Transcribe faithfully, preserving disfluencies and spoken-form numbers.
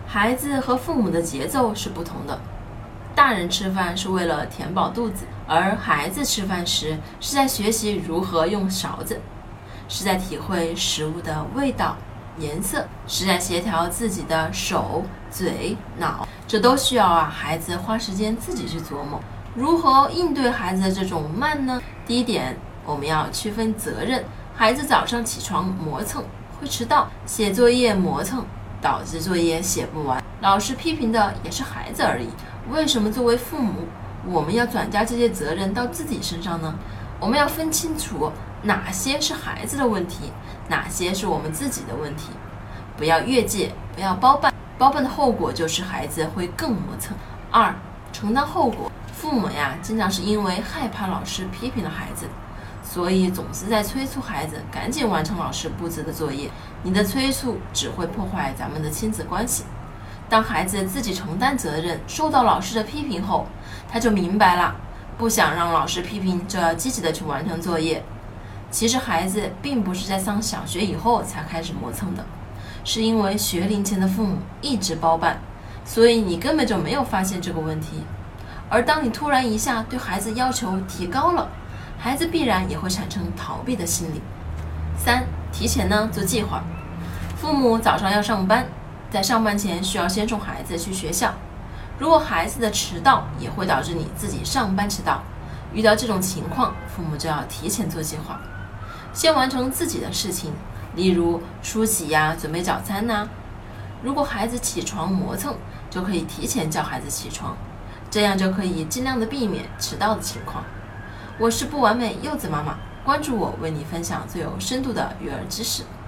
孩子和父母的节奏是不同的。大人吃饭是为了填饱肚子，而孩子吃饭时是在学习如何用勺子，是在体会食物的味道、颜色，是在协调自己的手、嘴、脑，这都需要啊孩子花时间自己去琢磨。如何应对孩子的这种慢呢？第一点，我们要区分责任。孩子早上起床磨蹭，会迟到；写作业磨蹭，导致作业写不完。老师批评的也是孩子而已。为什么作为父母，我们要转嫁这些责任到自己身上呢？我们要分清楚哪些是孩子的问题，哪些是我们自己的问题，不要越界，不要包办。包办的后果就是孩子会更磨蹭。二，承担后果。父母呀，经常是因为害怕老师批评了孩子，所以总是在催促孩子赶紧完成老师布置的作业。你的催促只会破坏咱们的亲子关系。当孩子自己承担责任，受到老师的批评后，他就明白了，不想让老师批评，就要积极的去完成作业。其实孩子并不是在上小学以后才开始磨蹭的，是因为学龄前的父母一直包办，所以你根本就没有发现这个问题。而当你突然一下对孩子要求提高了，孩子必然也会产生逃避的心理。三，提前呢做计划。父母早上要上班，在上班前需要先送孩子去学校。如果孩子的迟到也会导致你自己上班迟到，遇到这种情况，父母就要提前做计划，先完成自己的事情，例如梳洗呀、准备早餐呐。如果孩子起床磨蹭，就可以提前叫孩子起床，这样就可以尽量的避免迟到的情况。我是不完美柚子妈妈，关注我，为你分享最有深度的育儿知识。